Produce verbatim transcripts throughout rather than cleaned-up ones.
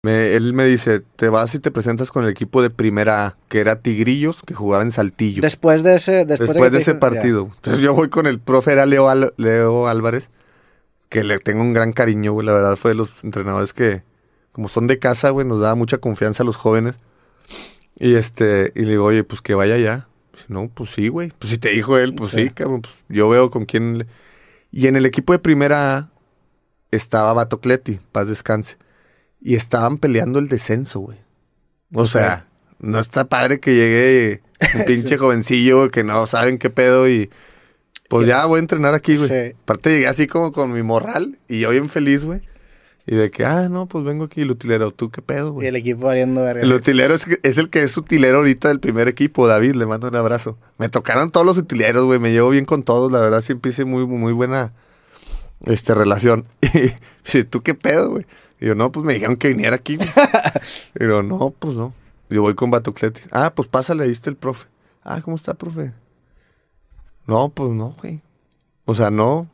Me, él me dice, te vas y te presentas con el equipo de primera A, que era Tigrillos, que jugaba en Saltillo. Después de ese, después después de, de ese dijo, partido. Ya. Entonces yo voy con el profe, era Leo, Al, Leo Álvarez, que le tengo un gran cariño, güey. La verdad fue de los entrenadores que, como son de casa, güey, nos daba mucha confianza a los jóvenes. Y este, y le digo, oye, pues que vaya allá. Dice, no, pues sí, güey. Pues si te dijo él, pues sí, sí cabrón. Pues yo veo con quién. Le... Y en el equipo de primera A estaba Batocleti, paz descanse. Y estaban peleando el descenso, güey. O sea, sí. No está padre que llegue un pinche sí. jovencillo que no saben qué pedo y... Pues ya voy a entrenar aquí, güey. Sí. Aparte llegué así como con mi morral y yo bien feliz, güey. Y de que, ah, no, pues vengo aquí, el utilero. ¿Tú qué pedo, güey? Y el equipo variando verga. El utilero es, es el que es utilero ahorita del primer equipo, David. Le mando un abrazo. Me tocaron todos los utileros, güey. Me llevo bien con todos. La verdad, siempre hice muy, muy buena este, relación. Y ¿tú qué pedo, güey? Y yo, no, pues me dijeron que viniera aquí, güey. Pero no, pues no. Yo voy con Batocleti. Ah, pues pásale, ahí está el profe. Ah, ¿cómo está, profe? No, pues no, güey. O sea, no.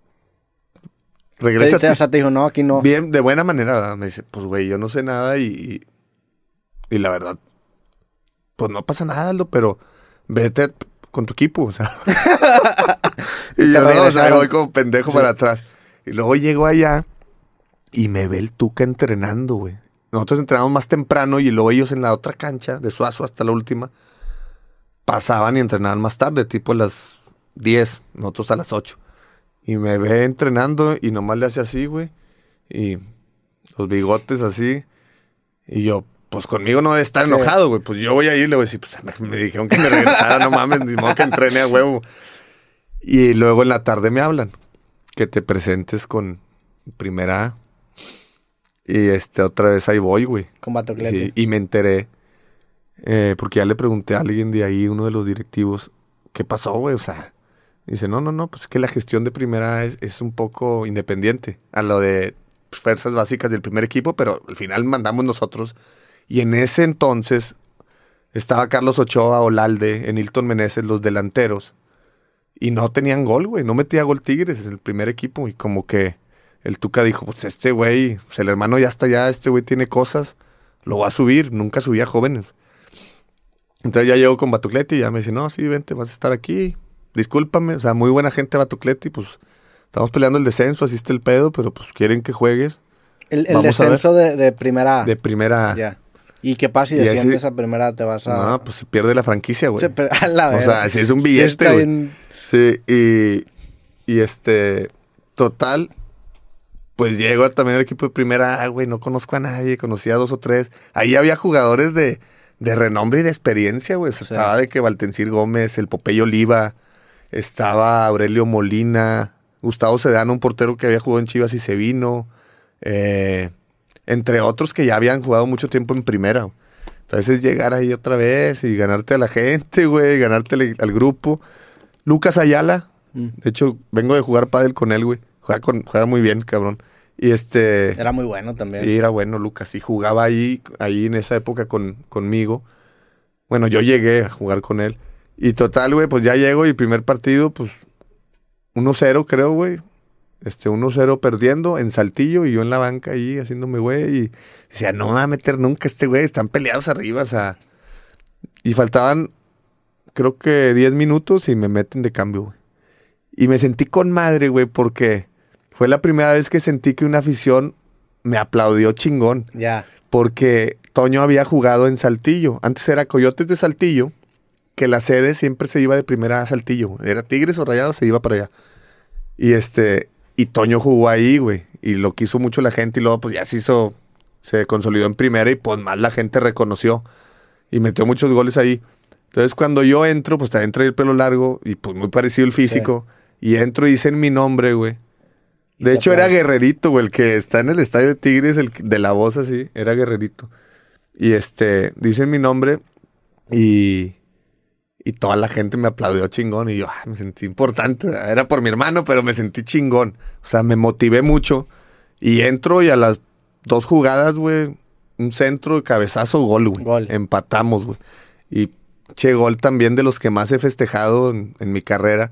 Regresa. Te, te, o sea, te dijo, no, aquí no. Bien, de buena manera, ¿verdad? Me dice, pues, güey, yo no sé nada y, y... Y la verdad, pues no pasa nada, Aldo, pero vete con tu equipo, o sea. Y yo, no, o sea, voy como pendejo sí. para atrás. Y luego llego allá y me ve el Tuca entrenando, güey. Nosotros entrenamos más temprano y luego ellos en la otra cancha, de Suazo hasta la última, pasaban y entrenaban más tarde, tipo a las diez, nosotros a las ocho. Y me ve entrenando y nomás le hace así, güey. Y los bigotes así. Y yo, pues conmigo no debe estar sí. enojado, güey. Pues yo voy a ir y le voy a decir, pues me, me dijeron que me regresara, no mames, ni modo que entrene a huevo. Y luego en la tarde me hablan que te presentes con primera A. Y este, otra vez ahí voy, güey. Con Batocleti. Sí, y me enteré, eh, porque ya le pregunté a alguien de ahí, uno de los directivos, ¿qué pasó, güey? O sea, dice, no, no, no, pues es que la gestión de primera A es, es un poco independiente a lo de fuerzas básicas del primer equipo, pero al final mandamos nosotros. Y en ese entonces estaba Carlos Ochoa, Olalde, Enilton Meneses, los delanteros, y no tenían gol, güey. No metía gol Tigres en el primer equipo, y como que el Tuca dijo, pues este güey, pues el hermano ya está allá, este güey tiene cosas, lo va a subir, nunca subía jóvenes. Entonces ya llego con Batocleti y ya me dice, no, sí, vente, vas a estar aquí, discúlpame, o sea, muy buena gente Batocleti, pues estamos peleando el descenso, así está el pedo, pero pues quieren que juegues. El, el descenso de, de primera A. De primera A. Ya. ¿Y qué pasa si desciendes así, a primera A? Te vas a... No, pues se pierde la franquicia, güey. Se per... a la o sea, si es un billete, güey. En... Sí, y, y este, total... Pues llego también al equipo de primera A, güey, no conozco a nadie, conocía a dos o tres. Ahí había jugadores de, de renombre y de experiencia, güey. O sea, sí. Estaba de que Valtencir Gómez, el Popeye Oliva, estaba Aurelio Molina, Gustavo Sedano, un portero que había jugado en Chivas y se vino, eh, entre otros que ya habían jugado mucho tiempo en primera. Entonces llegar ahí otra vez y ganarte a la gente, güey, ganarte al, al grupo. Lucas Ayala, mm. de hecho, vengo de jugar pádel con él, güey. Juega, con, juega muy bien, cabrón. Y este... Era muy bueno también. Sí, era bueno, Lucas. Y jugaba ahí, ahí en esa época con, conmigo. Bueno, yo llegué a jugar con él. Y total, güey, pues ya llego y primer partido, pues uno cero, creo, güey. Este, uno cero perdiendo en Saltillo y yo en la banca ahí haciéndome, güey. Y decía, no me va a meter nunca este güey. Están peleados arriba, o sea... Y faltaban, creo que diez minutos y me meten de cambio, güey. Y me sentí con madre, güey, porque... Fue la primera vez que sentí que una afición me aplaudió chingón. Ya. Yeah. Porque Toño había jugado en Saltillo. Antes era Coyotes de Saltillo, que la sede siempre se iba de primera a Saltillo. Era Tigres o Rayados, se iba para allá. Y este, y Toño jugó ahí, güey. Y lo quiso mucho la gente y luego pues ya se hizo, se consolidó en primera y pues más la gente reconoció. Y metió muchos goles ahí. Entonces cuando yo entro, pues también traía el pelo largo y pues muy parecido el físico. Sí. Y entro y dicen mi nombre, güey. De hecho, era Guerrerito, güey, el que está en el estadio de Tigres, el de la voz así, era Guerrerito. Y este, dicen mi nombre y, y toda la gente me aplaudió chingón. Y yo, ay, me sentí importante. Era por mi hermano, pero me sentí chingón. O sea, me motivé mucho. Y entro y a las dos jugadas, güey, un centro, cabezazo, gol, güey. Gol. Empatamos, güey. Y che, gol también de los que más he festejado en, en mi carrera.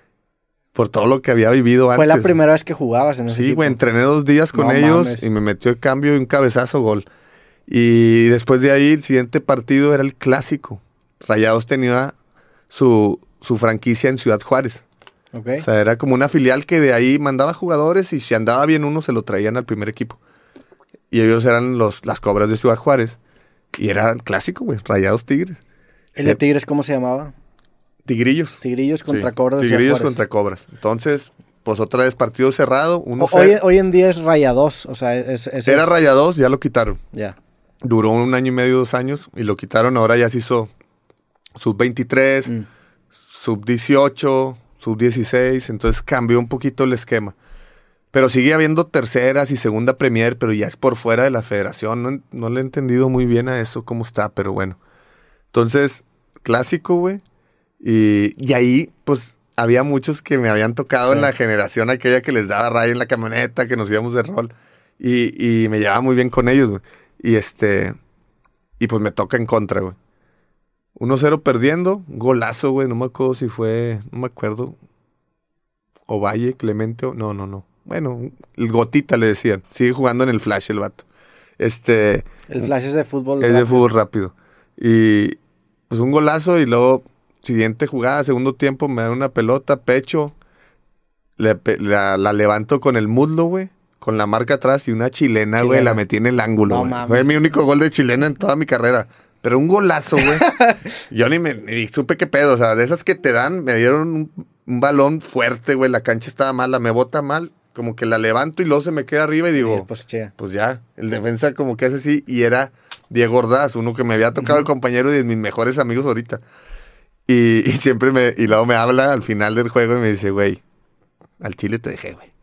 Por todo lo que había vivido antes. Fue la primera vez que jugabas en ese Sí, güey, entrené dos días con no ellos mames. Y me metió el cambio y un cabezazo gol. Y después de ahí, el siguiente partido era el clásico. Rayados tenía su, su franquicia en Ciudad Juárez. Okay. O sea, era como una filial que de ahí mandaba jugadores y si andaba bien uno se lo traían al primer equipo. Y ellos eran los, las Cobras de Ciudad Juárez. Y era el clásico, güey, Rayados Tigres. ¿El de Tigres cómo se llamaba? Tigrillos. Tigrillos contra sí. Cobras de Tigrillos Ciudad Juárez. contra Cobras. Entonces, pues otra vez partido cerrado. Uno hoy, hoy en día es Rayados. O sea, es, es, era es... Rayados, ya lo quitaron. Ya. Duró un año y medio, dos años, y lo quitaron. Ahora ya se hizo sub veintitrés, mm. sub dieciocho, sub dieciséis. Entonces cambió un poquito el esquema. Pero sigue habiendo terceras y segunda Premier, pero ya es por fuera de la federación. No, no le he entendido muy bien a eso, cómo está, pero bueno. Entonces, clásico, güey. Y, y ahí, pues, había muchos que me habían tocado sí. en la generación aquella que les daba raya en la camioneta, que nos íbamos de rol. Y, y me llevaba muy bien con ellos, güey. Y este... Y pues me toca en contra, güey. uno cero perdiendo, golazo, güey. No me acuerdo si fue... No me acuerdo. Ovalle, Clemente... No, no, no. Bueno, el Gotita le decían. Sigue jugando en el Flash el vato. Este... El Flash es de fútbol Es rápido. de fútbol rápido. Y pues un golazo y luego siguiente jugada, segundo tiempo, me dan una pelota, pecho. Le, la, la levanto con el muslo, güey. Con la marca atrás y una chilena, güey. La metí en el ángulo, no, Fue mi único gol de chilena en toda mi carrera. Pero un golazo, güey. Yo ni me ni supe qué pedo. O sea, de esas que te dan, me dieron un, un balón fuerte, güey. La cancha estaba mala, me bota mal. Como que la levanto y luego se me queda arriba y digo, sí, pues, che. pues ya, el defensa como que hace así, y era Diego Ordaz, uno que me había tocado uh-huh. el compañero y de mis mejores amigos ahorita. Y, y siempre me, y luego me habla al final del juego y me dice, güey, al Chile te dejé, güey.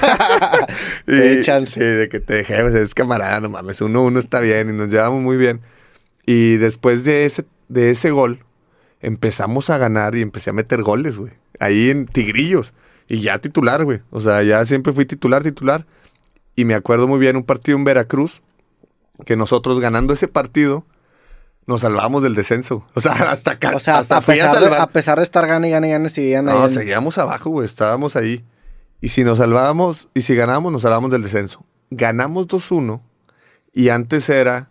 Te echan. Sí, de que te dejé, pues es camarada, no mames, uno uno está bien y nos llevamos muy bien. Y después de ese, de ese gol, empezamos a ganar y empecé a meter goles, güey. Ahí en Tigrillos. Y ya titular, güey. O sea, ya siempre fui titular, titular. Y me acuerdo muy bien un partido en Veracruz, que nosotros ganando ese partido, nos salvamos del descenso. O sea, hasta acá. O sea, hasta a, pesar a, de, a pesar de estar gane y gane y gane, seguían ahí. No, en... seguíamos abajo, güey. Estábamos ahí. Y si nos salvábamos, y si ganábamos, nos salvábamos del descenso. Ganamos dos uno. Y antes era...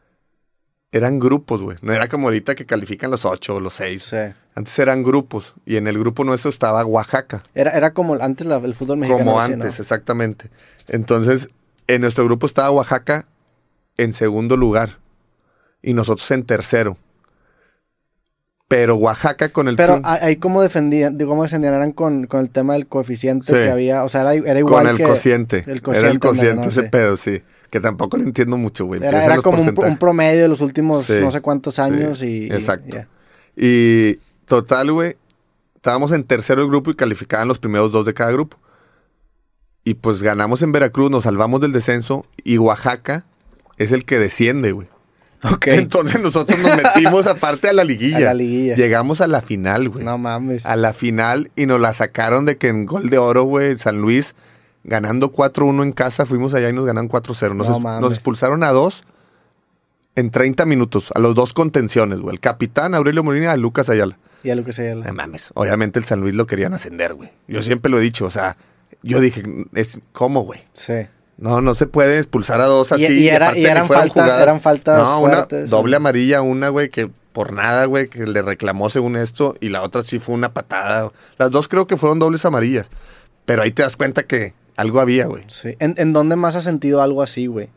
Eran grupos, güey. No era como ahorita que califican los ocho o los seis. Sí. Antes eran grupos. Y en el grupo nuestro estaba Oaxaca. Era, era como antes la, el fútbol mexicano. Como antes, ¿no? Exactamente. Entonces, en nuestro grupo estaba Oaxaca en segundo lugar. Y nosotros en tercero. Pero Oaxaca con el... Pero ahí cómo defendían, cómo descendían, eran con, con el tema del coeficiente sí. que había. O sea, era, era igual con el que... Cociente. El cociente. Era el cociente, no, ese sí. pedo, sí. Que tampoco lo entiendo mucho, güey. Era, era como un, un promedio de los últimos sí, no sé cuántos años sí, y... Exacto. Y, yeah. y total, güey, estábamos en tercero del grupo y calificaban los primeros dos de cada grupo. Y pues ganamos en Veracruz, nos salvamos del descenso y Oaxaca es el que desciende, güey. Ok. Entonces nosotros nos metimos aparte a la liguilla. A la liguilla. Llegamos a la final, güey. No mames. A la final y nos la sacaron de que en gol de oro, güey, San Luis... Ganando cuatro uno en casa, fuimos allá y nos ganan cuatro cero. Nos, no, es, nos expulsaron a dos en treinta minutos, a los dos contenciones, güey. El capitán, Aurelio Molina, a Lucas Ayala. Y a Lucas Ayala. No mames. Obviamente el San Luis lo querían ascender, güey. Yo siempre lo he dicho, o sea, yo dije, es ¿cómo, güey? Sí. No, no se puede expulsar a dos así. Y, y, era, y eran, faltas, jugadas, eran faltas No, fuertes, una doble amarilla, una, güey, que por nada, güey, que le reclamó según esto, y la otra sí fue una patada. Las dos creo que fueron dobles amarillas. Pero ahí te das cuenta que algo había, güey. Sí. ¿En, ¿En dónde más has sentido algo así, güey?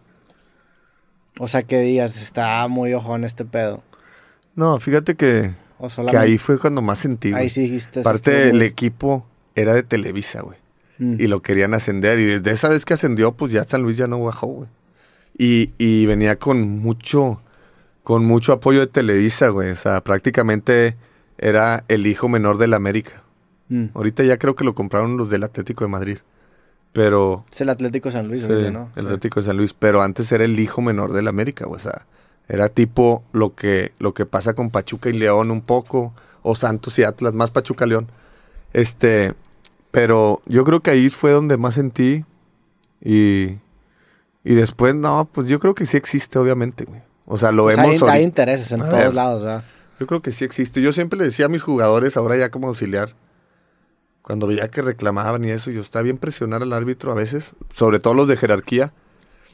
O sea, que digas, está muy ojón este pedo. No, fíjate que, que ahí fue cuando más sentí, güey. Ahí sí dijiste. Aparte, el equipo era de Televisa, güey. Mm. Y lo querían ascender. Y desde esa vez que ascendió, pues ya San Luis ya no bajó, güey. Y, y venía con mucho, con mucho apoyo de Televisa, güey. O sea, prácticamente era el hijo menor del América. Mm. Ahorita ya creo que lo compraron los del Atlético de Madrid. Pero... Es el Atlético San Luis, sí, ahorita, ¿no? el sí. Atlético de San Luis. Pero antes era el hijo menor del América, güey. O sea, era tipo lo que, lo que pasa con Pachuca y León un poco. O Santos y Atlas, más Pachuca León. Este... Pero yo creo que ahí fue donde más sentí. Y... Y después, no, pues yo creo que sí existe, obviamente, güey. O sea, lo pues vemos... Hay, hay intereses en a todos ver, lados, ¿verdad? Yo creo que sí existe. Yo siempre le decía a mis jugadores, ahora ya como auxiliar, cuando veía que reclamaban y eso, yo estaba bien presionar al árbitro a veces, sobre todo los de jerarquía.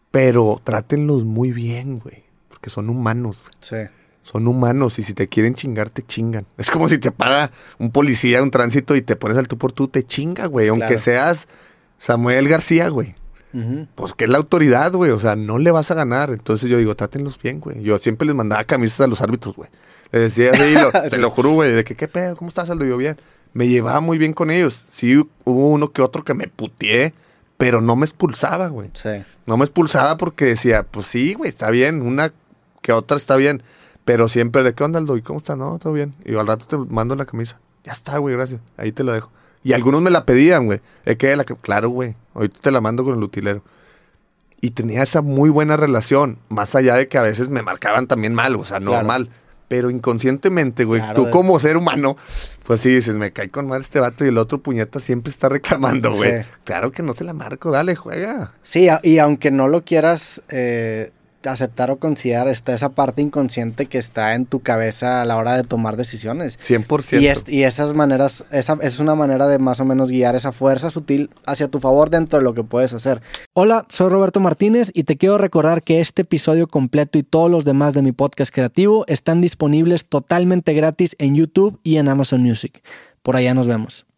Pero trátenlos muy bien, güey. Porque son humanos. Sí. Son humanos y si te quieren chingar, te chingan. Es como si te para un policía, un tránsito y te pones al tú por tú, te chinga, güey. Aunque Claro. seas Samuel García, güey. Ujú. Pues que es la autoridad, güey. O sea, no le vas a ganar. Entonces yo digo, trátenlos bien, güey. Yo siempre les mandaba camisas a los árbitros, güey. Les decía así, lo, te lo juro, güey, de que, ¿qué pedo? ¿Cómo estás, Aldo? Yo bien. Me llevaba muy bien con ellos. Sí, hubo uno que otro que me puteé, pero no me expulsaba, güey. Sí. No me expulsaba porque decía, pues sí, güey, está bien. Una que otra está bien. Pero siempre, ¿de qué onda, Aldo? ¿Y cómo está? No, todo bien. Y yo, al rato te mando la camisa. Ya está, güey, gracias. Ahí te la dejo. Y algunos me la pedían, güey. Es que la que, claro, güey. Ahorita te la mando con el utilero. Y tenía esa muy buena relación. Más allá de que a veces me marcaban también mal, o sea, normal. Claro. Pero inconscientemente, güey, Claro, tú de- como ser humano, pues sí dices, me cae con madre este vato y el otro puñeta siempre está reclamando, güey. Sí. Claro que no se la marco, dale, juega. Sí, a- y aunque no lo quieras eh, aceptar o considerar, está esa parte inconsciente que está en tu cabeza a la hora de tomar decisiones. cien por ciento. Y, es- y esas maneras, esa es una manera de más o menos guiar esa fuerza sutil hacia tu favor dentro de lo que puedes hacer. Hola, soy Roberto Martínez y te quiero recordar que este episodio completo y todos los demás de mi podcast creativo están disponibles totalmente gratis en YouTube y en Amazon Music. Por allá nos vemos.